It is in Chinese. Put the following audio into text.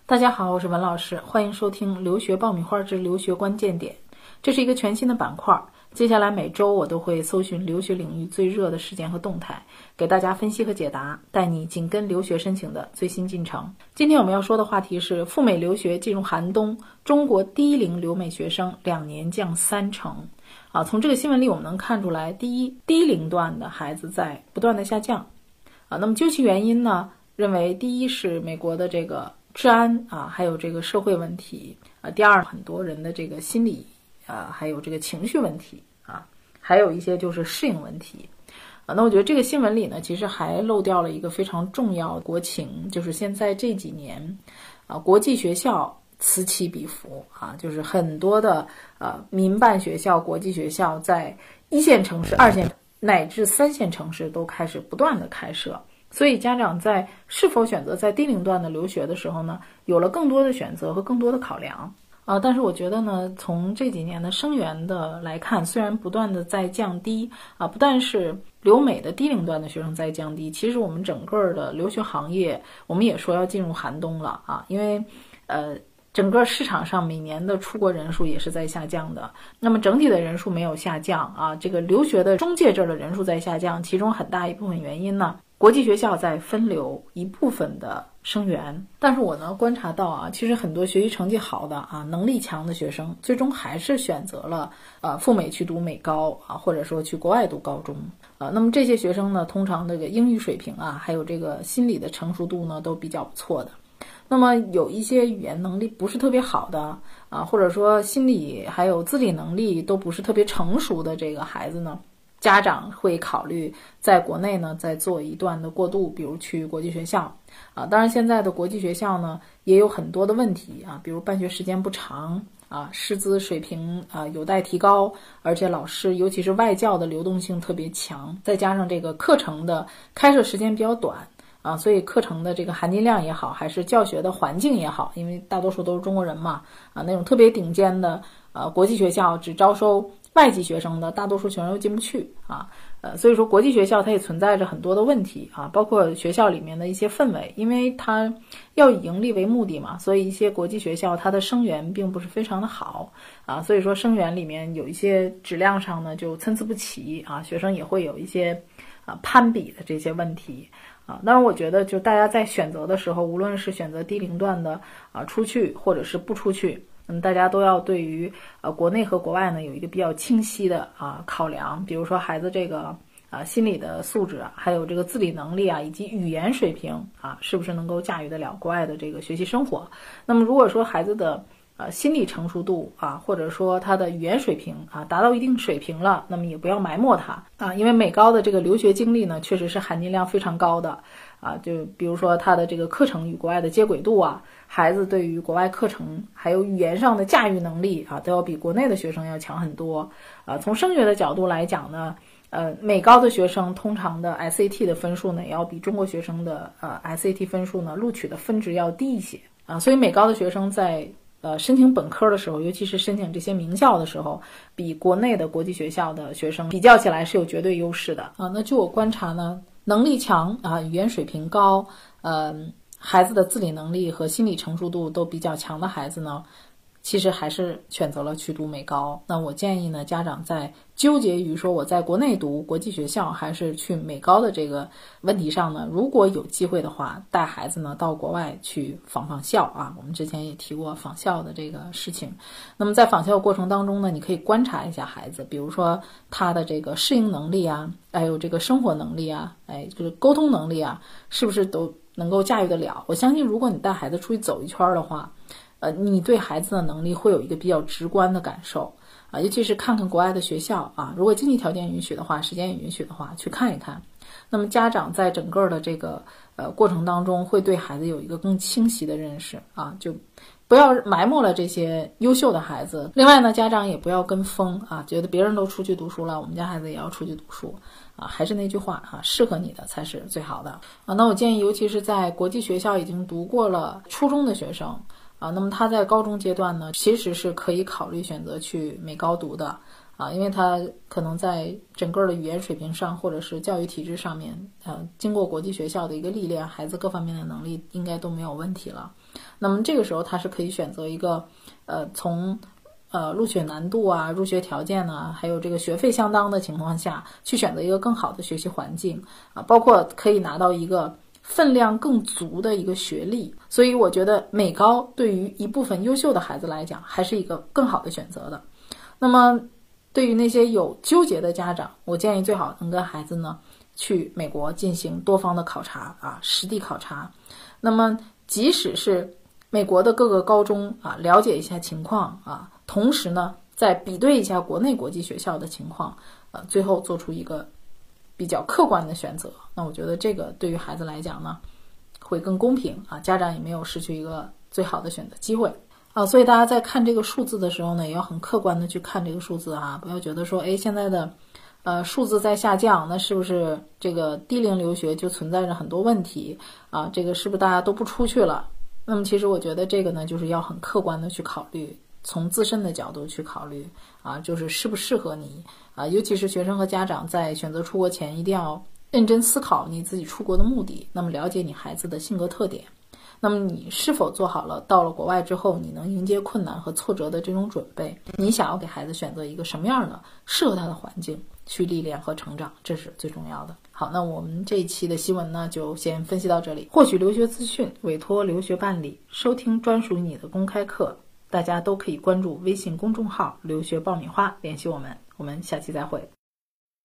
大家好，我是文老师，欢迎收听留学爆米花之留学关键点。这是一个全新的板块，接下来每周我都会搜寻留学领域最热的事件和动态，给大家分析和解答，带你紧跟留学申请的最新进程。今天我们要说的话题是赴美留学进入寒冬，中国低龄留美学生2年降30%。从这个新闻里我们能看出来，第一，低龄段的孩子在不断的下降。那么究其原因呢，认为第一是美国的这个治安还有这个社会问题第二，很多人的这个心理还有这个情绪问题还有一些就是适应问题那我觉得这个新闻里呢，其实还漏掉了一个非常重要的国情，就是现在这几年国际学校此起彼伏就是很多的民办学校、国际学校在1线城市、2线乃至3线城市都开始不断的开设。所以家长在是否选择在低龄段的留学的时候呢，有了更多的选择和更多的考量但是我觉得呢，从这几年的生源的来看，虽然不断的在降低不但是留美的低龄段的学生在降低，其实我们整个的留学行业我们也说要进入寒冬了因为整个市场上每年的出国人数也是在下降的，那么整体的人数没有下降这个留学的中介这儿的人数在下降，其中很大一部分原因呢，国际学校在分流一部分的生源。但是我呢观察到其实很多学习成绩好的能力强的学生，最终还是选择了赴美去读美高或者说去国外读高中那么这些学生呢，通常这个英语水平还有这个心理的成熟度呢都比较不错的。那么有一些语言能力不是特别好的或者说心理还有自理能力都不是特别成熟的这个孩子呢，家长会考虑在国内呢再做一段的过渡，比如去国际学校当然现在的国际学校呢也有很多的问题比如办学时间不长师资水平有待提高，而且老师尤其是外教的流动性特别强，再加上这个课程的开设时间比较短所以课程的这个含金量也好，还是教学的环境也好，因为大多数都是中国人嘛那种特别顶尖的国际学校只招收外籍学生的，大多数学生又进不去所以说国际学校它也存在着很多的问题包括学校里面的一些氛围，因为它要以盈利为目的嘛，所以一些国际学校它的生源并不是非常的好所以说生源里面有一些质量上呢就参差不齐学生也会有一些攀比的这些问题当然我觉得就大家在选择的时候，无论是选择低龄段的出去或者是不出去，大家都要对于国内和国外呢有一个比较清晰的考量，比如说孩子这个心理的素质还有这个自理能力以及语言水平是不是能够驾驭得了国外的这个学习生活。那么如果说孩子的心理成熟度或者说他的语言水平达到一定水平了，那么也不要埋没他因为美高的这个留学经历呢确实是含金量非常高的就比如说他的这个课程与国外的接轨度孩子对于国外课程还有语言上的驾驭能力都要比国内的学生要强很多从升学的角度来讲呢美高的学生通常的 SAT 的分数呢也要比中国学生的SAT 分数呢录取的分值要低一些所以美高的学生在申请本科的时候，尤其是申请这些名校的时候，比国内的国际学校的学生比较起来是有绝对优势的那据我观察呢，能力强语言水平高孩子的自理能力和心理成熟度都比较强的孩子呢，其实还是选择了去读美高。那我建议呢，家长在纠结于说我在国内读国际学校还是去美高的这个问题上呢，如果有机会的话，带孩子呢到国外去访校我们之前也提过访校的这个事情。那么在访校过程当中呢，你可以观察一下孩子，比如说他的这个适应能力还有这个生活能力就是沟通能力是不是都能够驾驭得了。我相信如果你带孩子出去走一圈的话你对孩子的能力会有一个比较直观的感受尤其是看看国外的学校如果经济条件允许的话，时间也允许的话，去看一看。那么家长在整个的这个过程当中会对孩子有一个更清晰的认识就不要埋没了这些优秀的孩子。另外呢，家长也不要跟风觉得别人都出去读书了，我们家孩子也要出去读书还是那句话适合你的才是最好的那我建议尤其是在国际学校已经读过了初中的学生那么他在高中阶段呢，其实是可以考虑选择去美高读的因为他可能在整个的语言水平上或者是教育体制上面经过国际学校的一个历练，孩子各方面的能力应该都没有问题了那么这个时候他是可以选择一个从录取难度啊、入学条件啊，还有这个学费相当的情况下，去选择一个更好的学习环境啊，包括可以拿到一个分量更足的一个学历。所以我觉得美高对于一部分优秀的孩子来讲，还是一个更好的选择的。那么对于那些有纠结的家长，我建议最好能跟孩子呢去美国进行多方的考察啊，实地考察。那么即使是美国的各个高中啊，了解一下情况啊，同时呢再比对一下国内国际学校的情况，最后做出一个比较客观的选择。那我觉得这个对于孩子来讲呢会更公平啊，家长也没有失去一个最好的选择机会啊。所以大家在看这个数字的时候呢，也要很客观的去看这个数字啊，不要觉得说现在的数字在下降，那是不是这个低龄留学就存在着很多问题啊？这个是不是大家都不出去了？那么其实我觉得这个呢，就是要很客观的去考虑，从自身的角度去考虑啊，就是适不适合你啊。尤其是学生和家长在选择出国前，一定要认真思考你自己出国的目的，那么了解你孩子的性格特点，那么你是否做好了到了国外之后你能迎接困难和挫折的这种准备？你想要给孩子选择一个什么样的适合他的环境去历练和成长，这是最重要的。好，那我们这一期的新闻呢，就先分析到这里。获取留学资讯，委托留学办理，收听专属于你的公开课，大家都可以关注微信公众号留学爆米花联系我们。我们下期再会。